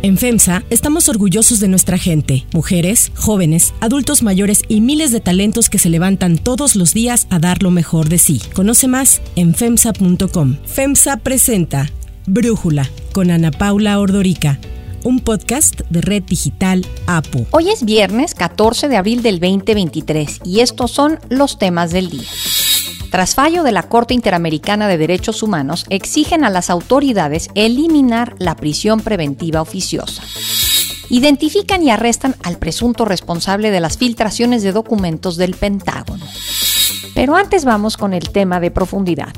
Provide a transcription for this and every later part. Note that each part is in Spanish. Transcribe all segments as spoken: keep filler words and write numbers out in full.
En FEMSA estamos orgullosos de nuestra gente, mujeres, jóvenes, adultos mayores y miles de talentos que se levantan todos los días a dar lo mejor de sí. Conoce más en femsa punto com. FEMSA presenta Brújula con Ana Paula Ordorica, un podcast de Red Digital A P U. Hoy es viernes catorce de abril del veinte veintitrés y estos son los temas del día. Tras fallo de la Corte Interamericana de Derechos Humanos, exigen a las autoridades eliminar la prisión preventiva oficiosa. Identifican y arrestan al presunto responsable de las filtraciones de documentos del Pentágono. Pero antes vamos con el tema de profundidad.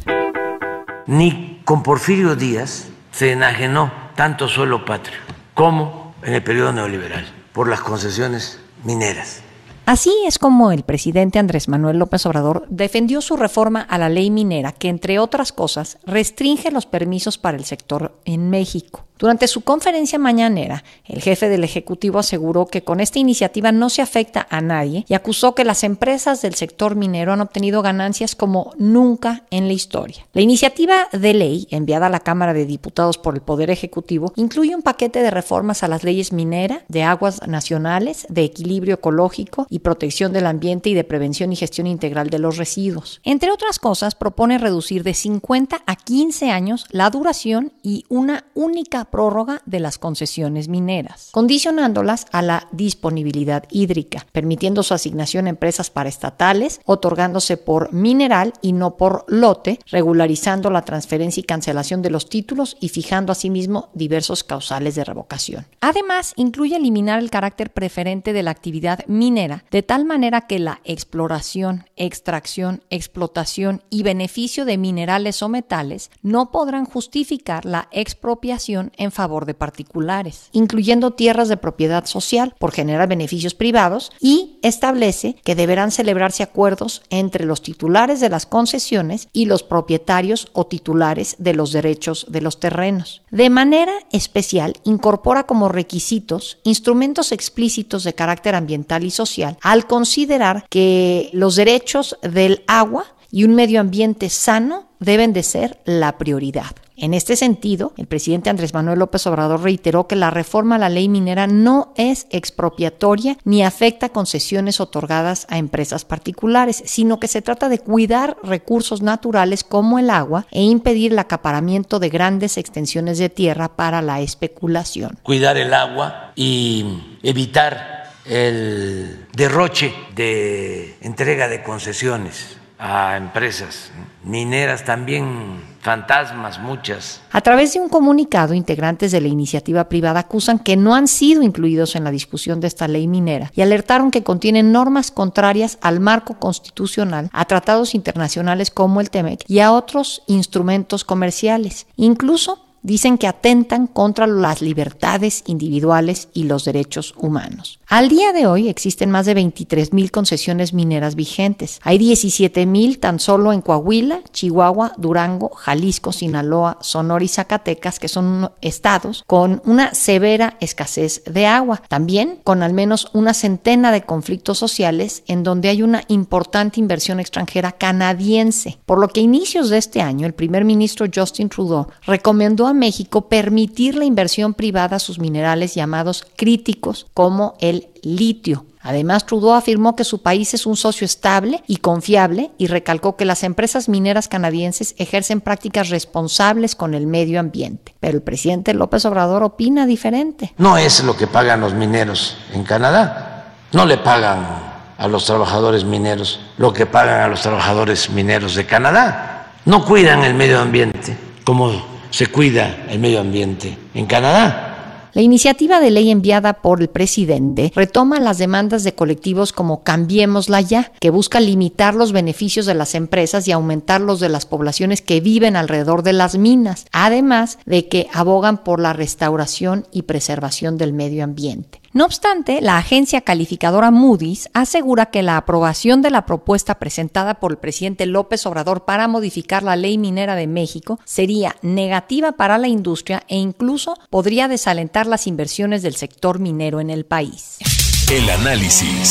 Ni con Porfirio Díaz se enajenó tanto suelo patrio como en el periodo neoliberal por las concesiones mineras. Así es como el presidente Andrés Manuel López Obrador defendió su reforma a la ley minera que, entre otras cosas, restringe los permisos para el sector en México. Durante su conferencia mañanera, el jefe del Ejecutivo aseguró que con esta iniciativa no se afecta a nadie y acusó que las empresas del sector minero han obtenido ganancias como nunca en la historia. La iniciativa de ley, enviada a la Cámara de Diputados por el Poder Ejecutivo, incluye un paquete de reformas a las leyes minera, de aguas nacionales, de equilibrio ecológico y protección del ambiente y de prevención y gestión integral de los residuos. Entre otras cosas, propone reducir de cincuenta a quince años la duración y una única prórroga de las concesiones mineras, condicionándolas a la disponibilidad hídrica, permitiendo su asignación a empresas paraestatales, otorgándose por mineral y no por lote, regularizando la transferencia y cancelación de los títulos y fijando asimismo diversos causales de revocación. Además, incluye eliminar el carácter preferente de la actividad minera, de tal manera que la exploración, extracción, explotación y beneficio de minerales o metales no podrán justificar la expropiación en favor de particulares, incluyendo tierras de propiedad social por generar beneficios privados, y establece que deberán celebrarse acuerdos entre los titulares de las concesiones y los propietarios o titulares de los derechos de los terrenos. De manera especial, incorpora como requisitos instrumentos explícitos de carácter ambiental y social al considerar que los derechos del agua y un medio ambiente sano deben de ser la prioridad. En este sentido, el presidente Andrés Manuel López Obrador reiteró que la reforma a la ley minera no es expropiatoria ni afecta concesiones otorgadas a empresas particulares, sino que se trata de cuidar recursos naturales como el agua e impedir el acaparamiento de grandes extensiones de tierra para la especulación. Cuidar el agua y evitar el derroche de entrega de concesiones a empresas mineras, también fantasmas muchas. A través de un comunicado, integrantes de la iniciativa privada acusan que no han sido incluidos en la discusión de esta ley minera y alertaron que contienen normas contrarias al marco constitucional, a tratados internacionales como el TEMEC y a otros instrumentos comerciales. Incluso dicen que atentan contra las libertades individuales y los derechos humanos. Al día de hoy existen más de veintitrés mil concesiones mineras vigentes. Hay diecisiete mil tan solo en Coahuila, Chihuahua, Durango, Jalisco, Sinaloa, Sonora y Zacatecas, que son estados con una severa escasez de agua. También con al menos una centena de conflictos sociales en donde hay una importante inversión extranjera canadiense. Por lo que a inicios de este año, el primer ministro Justin Trudeau recomendó a México permitir la inversión privada a sus minerales llamados críticos como el litio. Además, Trudeau afirmó que su país es un socio estable y confiable y recalcó que las empresas mineras canadienses ejercen prácticas responsables con el medio ambiente. Pero el presidente López Obrador opina diferente. No es lo que pagan los mineros en Canadá. No le pagan a los trabajadores mineros lo que pagan a los trabajadores mineros de Canadá. No cuidan el medio ambiente como se cuida el medio ambiente en Canadá. La iniciativa de ley enviada por el presidente retoma las demandas de colectivos como Cambiémosla Ya, que busca limitar los beneficios de las empresas y aumentar los de las poblaciones que viven alrededor de las minas, además de que abogan por la restauración y preservación del medio ambiente. No obstante, la agencia calificadora Moody's asegura que la aprobación de la propuesta presentada por el presidente López Obrador para modificar la ley minera de México sería negativa para la industria e incluso podría desalentar las inversiones del sector minero en el país. El análisis.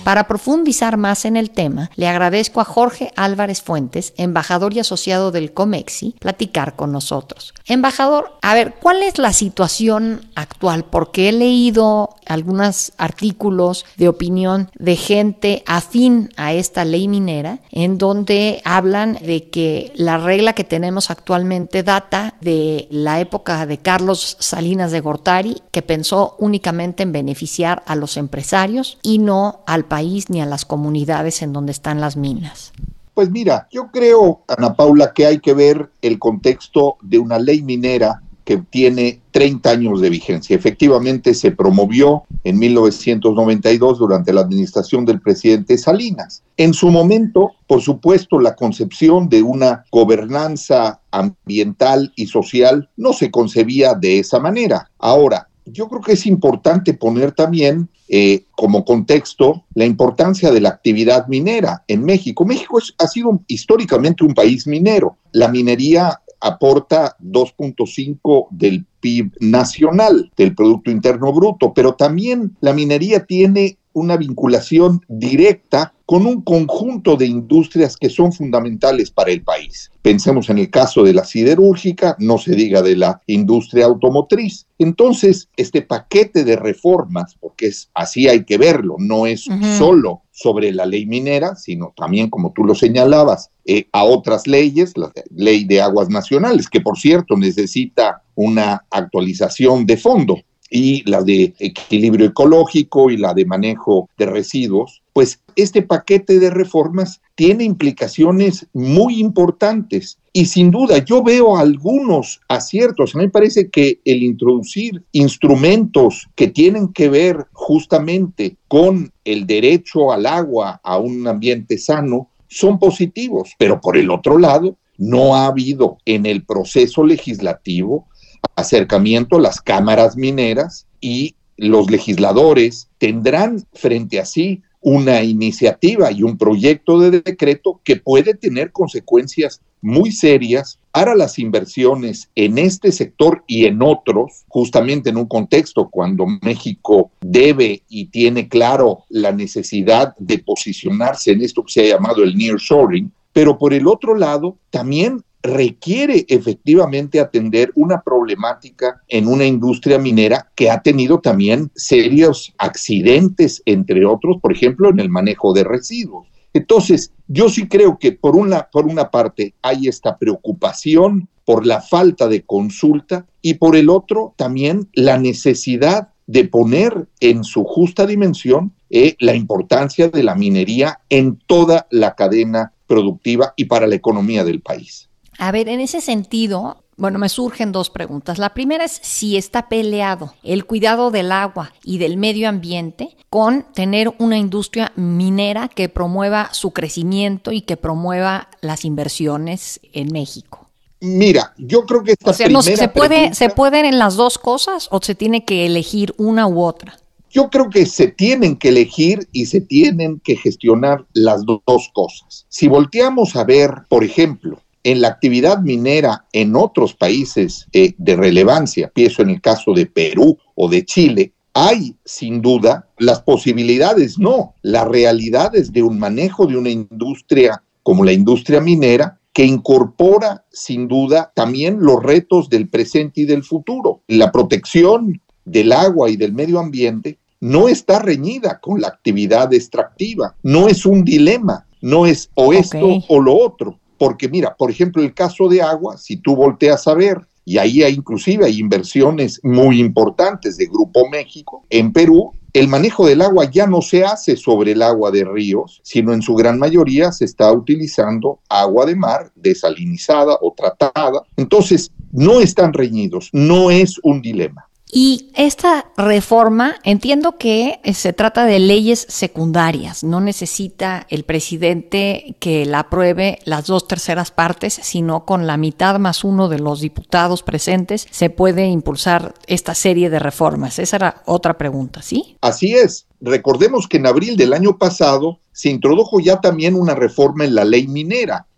Para profundizar más en el tema, le agradezco a Jorge Álvarez Fuentes, embajador y asociado del COMEXI, platicar con nosotros. Embajador, a ver, ¿cuál es la situación actual? Porque he leído algunos artículos de opinión de gente afín a esta ley minera, en donde hablan de que la regla que tenemos actualmente data de la época de Carlos Salinas de Gortari, que pensó únicamente en beneficiar a los empresarios y no al país ni a las comunidades en donde están las minas. Pues mira, yo creo, Ana Paula, que hay que ver el contexto de una ley minera que tiene treinta años de vigencia. Efectivamente, se promovió en mil novecientos noventa y dos durante la administración del presidente Salinas. En su momento, por supuesto, la concepción de una gobernanza ambiental y social no se concebía de esa manera. Ahora, yo creo que es importante poner también eh, como contexto la importancia de la actividad minera en México. México es, ha sido históricamente un país minero. La minería aporta dos punto cinco del P I B nacional, del Producto Interno Bruto, pero también la minería tiene una vinculación directa con un conjunto de industrias que son fundamentales para el país. Pensemos en el caso de la siderúrgica, no se diga de la industria automotriz. Entonces, este paquete de reformas, porque es así hay que verlo, no es uh-huh. solo sobre la ley minera, sino también, como tú lo señalabas, eh, a otras leyes, la ley de aguas nacionales, que por cierto necesita una actualización de fondo, y la de equilibrio ecológico y la de manejo de residuos, pues este paquete de reformas tiene implicaciones muy importantes y sin duda yo veo algunos aciertos. A mí me parece que el introducir instrumentos que tienen que ver justamente con el derecho al agua, a un ambiente sano, son positivos, pero por el otro lado no ha habido en el proceso legislativo acercamiento a las cámaras mineras y los legisladores tendrán frente a sí una iniciativa y un proyecto de decreto que puede tener consecuencias muy serias para las inversiones en este sector y en otros, justamente en un contexto cuando México debe y tiene claro la necesidad de posicionarse en esto que se ha llamado el nearshoring, pero por el otro lado también requiere efectivamente atender una problemática en una industria minera que ha tenido también serios accidentes, entre otros, por ejemplo, en el manejo de residuos. Entonces, yo sí creo que por una, por una parte hay esta preocupación por la falta de consulta y por el otro también la necesidad de poner en su justa dimensión eh, la importancia de la minería en toda la cadena productiva y para la economía del país. A ver, en ese sentido, bueno, me surgen dos preguntas. La primera es si está peleado el cuidado del agua y del medio ambiente con tener una industria minera que promueva su crecimiento y que promueva las inversiones en México. Mira, yo creo que esta o sea, primera no, ¿se puede, pregunta, ¿se pueden en las dos cosas o se tiene que elegir una u otra? Yo creo que se tienen que elegir y se tienen que gestionar las do- dos cosas. Si volteamos a ver, por ejemplo, en la actividad minera en otros países eh, de relevancia, pienso en el caso de Perú o de Chile, hay sin duda las posibilidades, no, las realidades de un manejo de una industria como la industria minera que incorpora sin duda también los retos del presente y del futuro. La protección del agua y del medio ambiente no está reñida con la actividad extractiva, no es un dilema, no es o esto okay. o lo otro. Porque mira, por ejemplo, el caso de agua, si tú volteas a ver, y ahí hay, inclusive hay inversiones muy importantes de Grupo México, en Perú, el manejo del agua ya no se hace sobre el agua de ríos, sino en su gran mayoría se está utilizando agua de mar desalinizada o tratada. Entonces, no están reñidos, no es un dilema. Y esta reforma, entiendo que se trata de leyes secundarias, no necesita el presidente que la apruebe las dos terceras partes, sino con la mitad más uno de los diputados presentes se puede impulsar esta serie de reformas. Esa era otra pregunta, ¿sí? Así es. Recordemos que en abril del año pasado se introdujo ya también una reforma en la ley minera,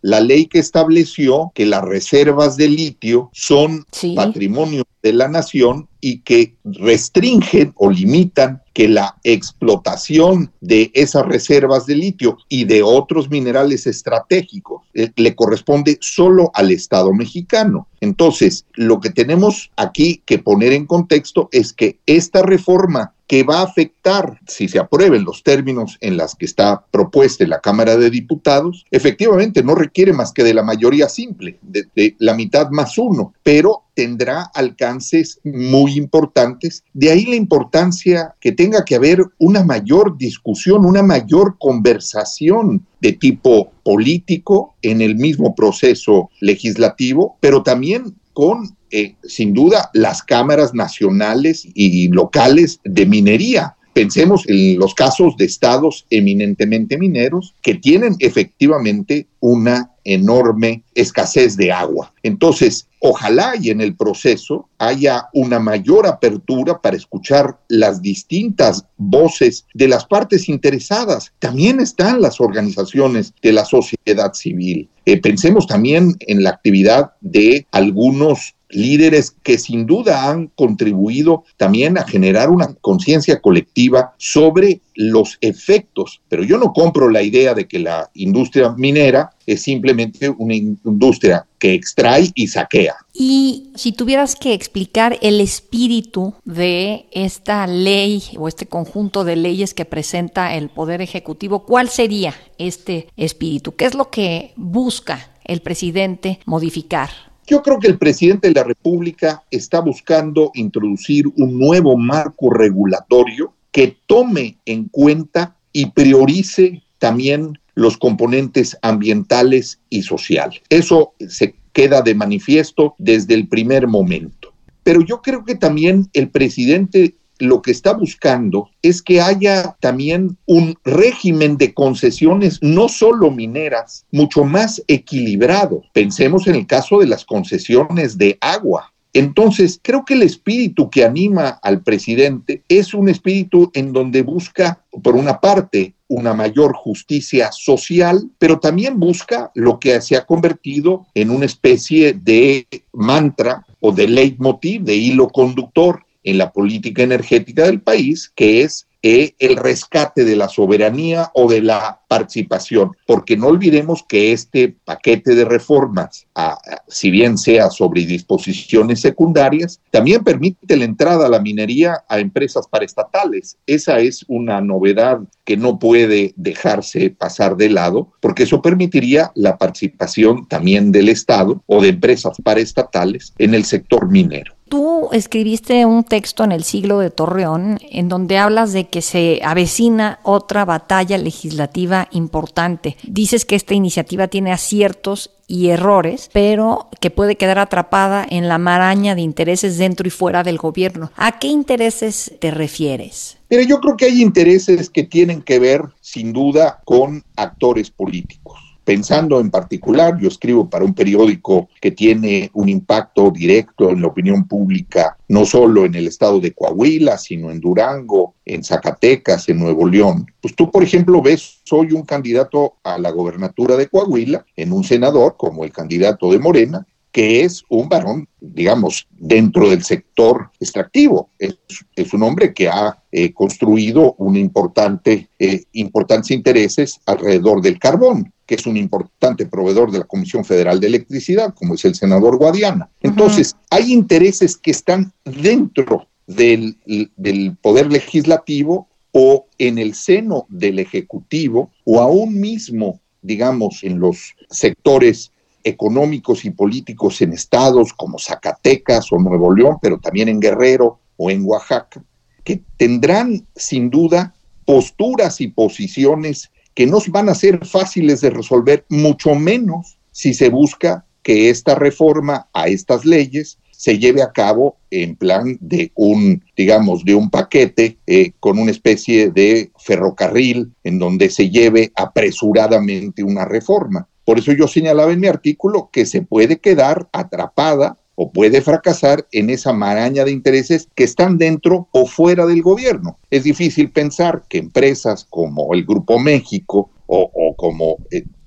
la ley que estableció que las reservas de litio son sí. patrimonio de la nación y que restringen o limitan que la explotación de esas reservas de litio y de otros minerales estratégicos eh, le corresponde solo al Estado mexicano. Entonces, lo que tenemos aquí que poner en contexto es que esta reforma que va a afectar, si se aprueben los términos en los que está propuesta en la Cámara de Diputados, efectivamente no requiere más que de la mayoría simple, de, de la mitad más uno, pero tendrá alcances muy importantes. De ahí la importancia que tenga que haber una mayor discusión, una mayor conversación de tipo político en el mismo proceso legislativo, pero también con, eh, sin duda, las cámaras nacionales y locales de minería. Pensemos en los casos de estados eminentemente mineros que tienen efectivamente una enorme escasez de agua. Entonces, ojalá y en el proceso haya una mayor apertura para escuchar las distintas voces de las partes interesadas. También están las organizaciones de la sociedad civil. Eh, pensemos también en la actividad de algunos líderes que sin duda han contribuido también a generar una conciencia colectiva sobre los efectos. Pero yo no compro la idea de que la industria minera es simplemente una industria que extrae y saquea. Y si tuvieras que explicar el espíritu de esta ley o este conjunto de leyes que presenta el Poder Ejecutivo, ¿cuál sería este espíritu? ¿Qué es lo que busca el presidente modificar? Yo creo que el presidente de la República está buscando introducir un nuevo marco regulatorio que tome en cuenta y priorice también los componentes ambientales y sociales. Eso se queda de manifiesto desde el primer momento. Pero yo creo que también el presidente lo que está buscando es que haya también un régimen de concesiones no solo mineras, mucho más equilibrado. Pensemos en el caso de las concesiones de agua. Entonces, creo que el espíritu que anima al presidente es un espíritu en donde busca, por una parte, una mayor justicia social, pero también busca lo que se ha convertido en una especie de mantra o de leitmotiv, de hilo conductor en la política energética del país, que es eh, el rescate de la soberanía o de la participación, porque no olvidemos que este paquete de reformas, a, a, si bien sea sobre disposiciones secundarias, también permite la entrada a la minería a empresas paraestatales. Esa es una novedad que no puede dejarse pasar de lado, porque eso permitiría la participación también del Estado o de empresas paraestatales en el sector minero. Tú escribiste un texto en El Siglo de Torreón en donde hablas de que se avecina otra batalla legislativa importante. Dices que esta iniciativa tiene aciertos y errores, pero que puede quedar atrapada en la maraña de intereses dentro y fuera del gobierno. ¿A qué intereses te refieres? Pero yo creo que hay intereses que tienen que ver, sin duda, con actores políticos. Pensando en particular, yo escribo para un periódico que tiene un impacto directo en la opinión pública, no solo en el estado de Coahuila, sino en Durango, en Zacatecas, en Nuevo León. Pues tú, por ejemplo, ves, soy un candidato a la gobernatura de Coahuila, en un senador como el candidato de Morena, que es un varón, digamos, dentro del sector extractivo. Es, es un hombre que ha eh, construido un importante, eh, importantes intereses alrededor del carbón, que es un importante proveedor de la Comisión Federal de Electricidad, como es el senador Guadiana. Entonces, uh-huh. hay intereses que están dentro del, del Poder Legislativo o en el seno del Ejecutivo, o aún mismo, digamos, en los sectores económicos y políticos en estados como Zacatecas o Nuevo León, pero también en Guerrero o en Oaxaca, que tendrán sin duda posturas y posiciones que no van a ser fáciles de resolver, mucho menos si se busca que esta reforma a estas leyes se lleve a cabo en plan de un, digamos, de un paquete eh, con una especie de ferrocarril en donde se lleve apresuradamente una reforma. Por eso yo señalaba en mi artículo que se puede quedar atrapada o puede fracasar en esa maraña de intereses que están dentro o fuera del gobierno. Es difícil pensar que empresas como el Grupo México o, o como eh,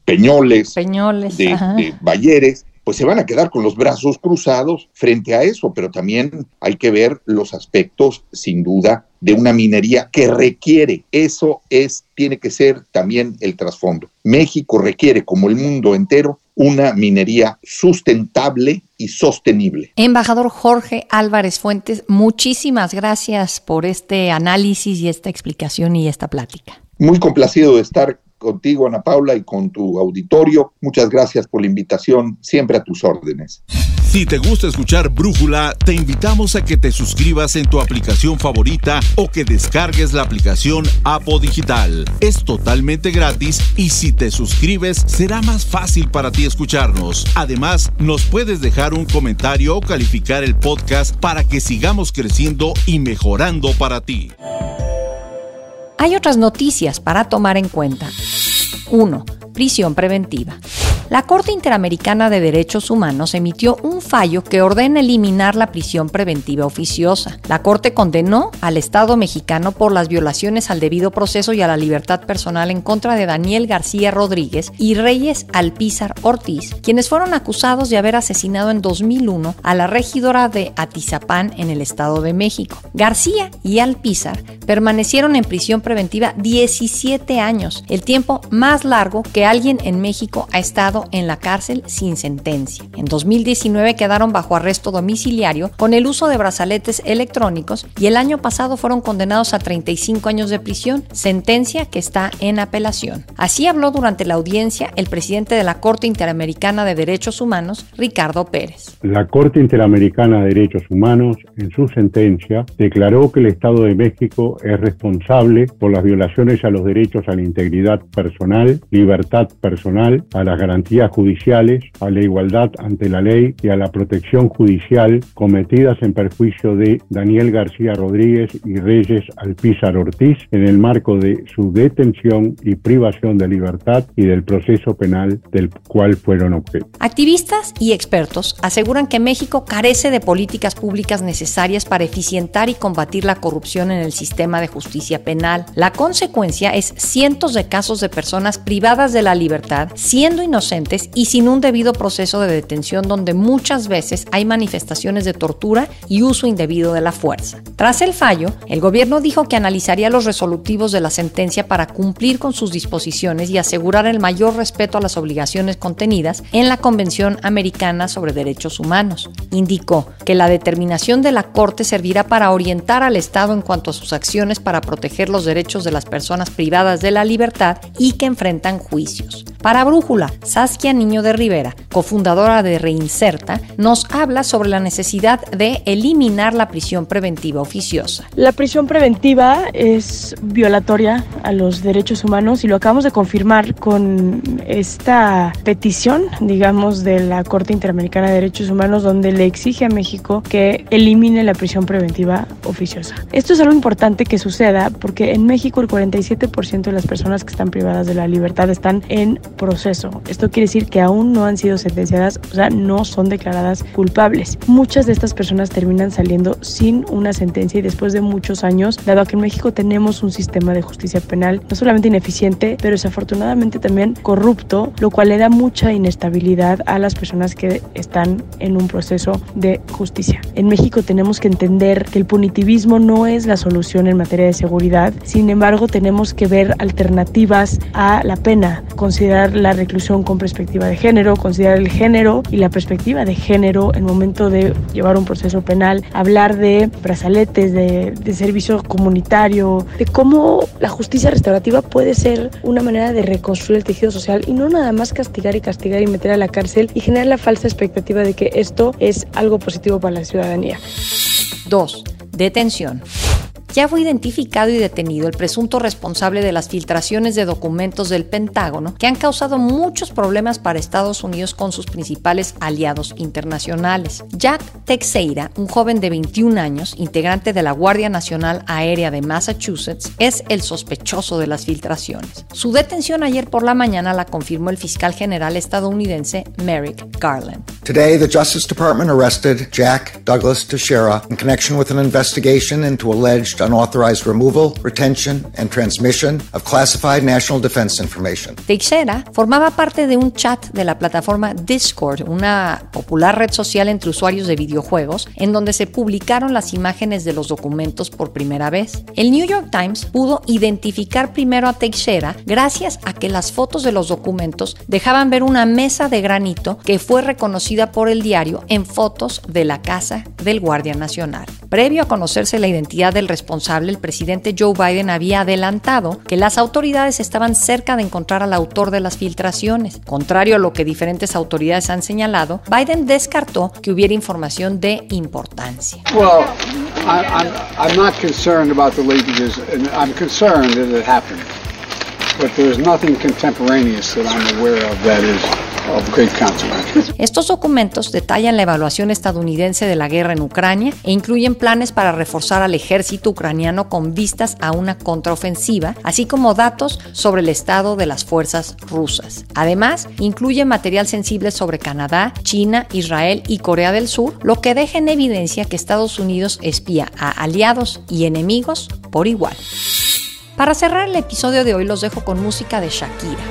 Peñoles, Peñoles de, de Balleres, pues se van a quedar con los brazos cruzados frente a eso, pero también hay que ver los aspectos, sin duda, de una minería que requiere, eso es, tiene que ser también el trasfondo. México requiere, como el mundo entero, una minería sustentable y sostenible. Embajador Jorge Álvarez Fuentes, muchísimas gracias por este análisis y esta explicación y esta plática. Muy complacido de estar contigo, Ana Paula, y con tu auditorio. Muchas gracias por la invitación, siempre a tus órdenes. Si te gusta escuchar Brújula, te invitamos a que te suscribas en tu aplicación favorita o que descargues la aplicación Apo Digital. Es totalmente gratis y si te suscribes será más fácil para ti escucharnos. Además, nos puedes dejar un comentario o calificar el podcast para que sigamos creciendo y mejorando para ti. Hay otras noticias para tomar en cuenta. uno. Prisión preventiva. La Corte Interamericana de Derechos Humanos emitió un fallo que ordena eliminar la prisión preventiva oficiosa. La Corte condenó al Estado mexicano por las violaciones al debido proceso y a la libertad personal en contra de Daniel García Rodríguez y Reyes Alpizar Ortiz, quienes fueron acusados de haber asesinado en dos mil uno a la regidora de Atizapán en el Estado de México. García y Alpizar permanecieron en prisión preventiva diecisiete años, el tiempo más largo que alguien en México ha estado en la cárcel sin sentencia. En dos mil diecinueve quedaron bajo arresto domiciliario con el uso de brazaletes electrónicos y el año pasado fueron condenados a treinta y cinco años de prisión, sentencia que está en apelación. Así habló durante la audiencia el presidente de la Corte Interamericana de Derechos Humanos, Ricardo Pérez. La Corte Interamericana de Derechos Humanos, en su sentencia, declaró que el Estado de México es responsable por las violaciones a los derechos a la integridad personal, libertad personal, a las garantías judiciales, a la igualdad ante la ley y a la protección judicial cometidas en perjuicio de Daniel García Rodríguez y Reyes Alpizar Ortiz en el marco de su detención y privación de libertad y del proceso penal del cual fueron objeto. Activistas y expertos aseguran que México carece de políticas públicas necesarias para eficientar y combatir la corrupción en el sistema de justicia penal. La consecuencia es cientos de casos de personas privadas de la libertad, siendo inocentes y sin un debido proceso de detención donde muchas veces hay manifestaciones de tortura y uso indebido de la fuerza. Tras el fallo, el gobierno dijo que analizaría los resolutivos de la sentencia para cumplir con sus disposiciones y asegurar el mayor respeto a las obligaciones contenidas en la Convención Americana sobre Derechos Humanos. Indicó que la determinación de la Corte servirá para orientar al Estado en cuanto a sus acciones para proteger los derechos de las personas privadas de la libertad y que enfrentan juicios. Para Brújula, Saskia Niño de Rivera, cofundadora de Reinserta, nos habla sobre la necesidad de eliminar la prisión preventiva oficiosa. La prisión preventiva es violatoria a los derechos humanos y lo acabamos de confirmar con esta petición, digamos, de la Corte Interamericana de Derechos Humanos, donde le exige a México que elimine la prisión preventiva oficiosa. Esto es algo importante que suceda porque en México el cuarenta y siete por ciento de las personas que están privadas de la libertad están en proceso. Esto quiere decir que aún no han sido sentenciadas, o sea, no son declaradas culpables. Muchas de estas personas terminan saliendo sin una sentencia y después de muchos años, dado que en México tenemos un sistema de justicia penal no solamente ineficiente, pero desafortunadamente también corrupto, lo cual le da mucha inestabilidad a las personas que están en un proceso de justicia. En México tenemos que entender que el punitivismo no es la solución en materia de seguridad, sin embargo tenemos que ver alternativas a la pena, considerar la reclusión con perspectiva de género, considerar el género y la perspectiva de género en el momento de llevar un proceso penal, hablar de brazaletes, de, de servicio comunitario, de cómo la justicia restaurativa puede ser una manera de reconstruir el tejido social y no nada más castigar y castigar y meter a la cárcel y generar la falsa expectativa de que esto es algo positivo para la ciudadanía. dos. Detención. Ya fue identificado y detenido el presunto responsable de las filtraciones de documentos del Pentágono que han causado muchos problemas para Estados Unidos con sus principales aliados internacionales. Jack Teixeira, un joven de veintiún años, integrante de la Guardia Nacional Aérea de Massachusetts, es el sospechoso de las filtraciones. Su detención ayer por la mañana la confirmó el fiscal general estadounidense Merrick Garland. Today, the Justice Department arrested Jack Douglas Teixeira in connection with an investigation into alleged established unauthorized removal, retention, and transmission of classified national defense information. Teixeira formaba parte de un chat de la plataforma Discord, una popular red social entre usuarios de videojuegos, en donde se publicaron las imágenes de los documentos por primera vez. El New York Times pudo identificar primero a Teixeira gracias a que las fotos de los documentos dejaban ver una mesa de granito que fue reconocida por el diario en fotos de la casa del Guardia Nacional. Previo a conocerse la identidad del responsable, el presidente Joe Biden había adelantado que las autoridades estaban cerca de encontrar al autor de las filtraciones. Contrario a lo que diferentes autoridades han señalado, Biden descartó que hubiera información de importancia. Well, I, I'm, I'm not concerned about the leakages, and I'm concerned that it happened. But there's nothing contemporaneous that I'm aware of that is of great consequence. Estos documentos detallan la evaluación estadounidense de la guerra en Ucrania e incluyen planes para reforzar al ejército ucraniano con vistas a una contraofensiva, así como datos sobre el estado de las fuerzas rusas. Además, incluye material sensible sobre Canadá, China, Israel y Corea del Sur, lo que deja en evidencia que Estados Unidos espía a aliados y enemigos por igual. Para cerrar el episodio de hoy los dejo con música de Shakira.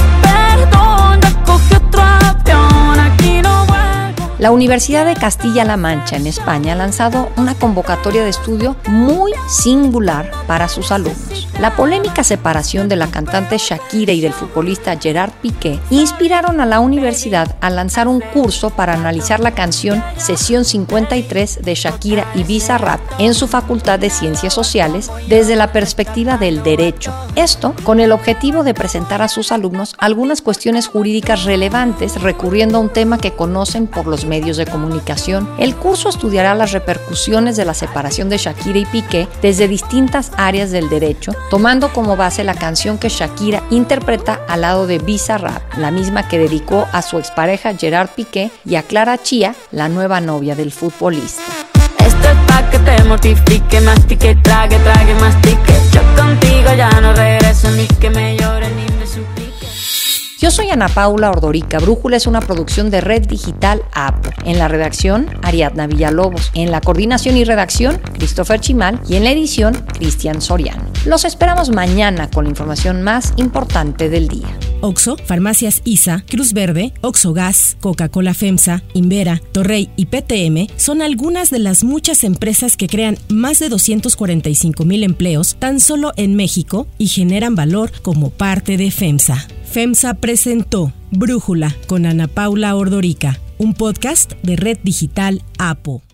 La Universidad de Castilla-La Mancha en España ha lanzado una convocatoria de estudio muy singular para sus alumnos. La polémica separación de la cantante Shakira y del futbolista Gerard Piqué inspiraron a la universidad a lanzar un curso para analizar la canción Sesión cincuenta y tres de Shakira y Bizarrap en su Facultad de Ciencias Sociales desde la perspectiva del derecho. Esto con el objetivo de presentar a sus alumnos algunas cuestiones jurídicas relevantes recurriendo a un tema que conocen por los medios de comunicación. El curso estudiará las repercusiones de la separación de Shakira y Piqué desde distintas áreas del derecho, tomando como base la canción que Shakira interpreta al lado de Bizarrap, la misma que dedicó a su expareja Gerard Piqué y a Clara Chía, la nueva novia del futbolista. Esto es pa' que te mortifique, mastique, trague, trague, mastique. Yo contigo ya no regreso, ni que me llore ni me suplique. Yo soy Ana Paula Ordorica. Brújula es una producción de Red Digital APO. En la redacción, Ariadna Villalobos. En la coordinación y redacción, Christopher Chimal. Y en la edición, Cristian Soriano. Los esperamos mañana con la información más importante del día. Oxxo, Farmacias I S A, Cruz Verde, Oxxo Gas, Coca-Cola FEMSA, Invera, Torrey y P T M son algunas de las muchas empresas que crean más de doscientos cuarenta y cinco mil empleos tan solo en México y generan valor como parte de FEMSA. FEMSA presentó Brújula con Ana Paula Ordorica, un podcast de Red Digital APO.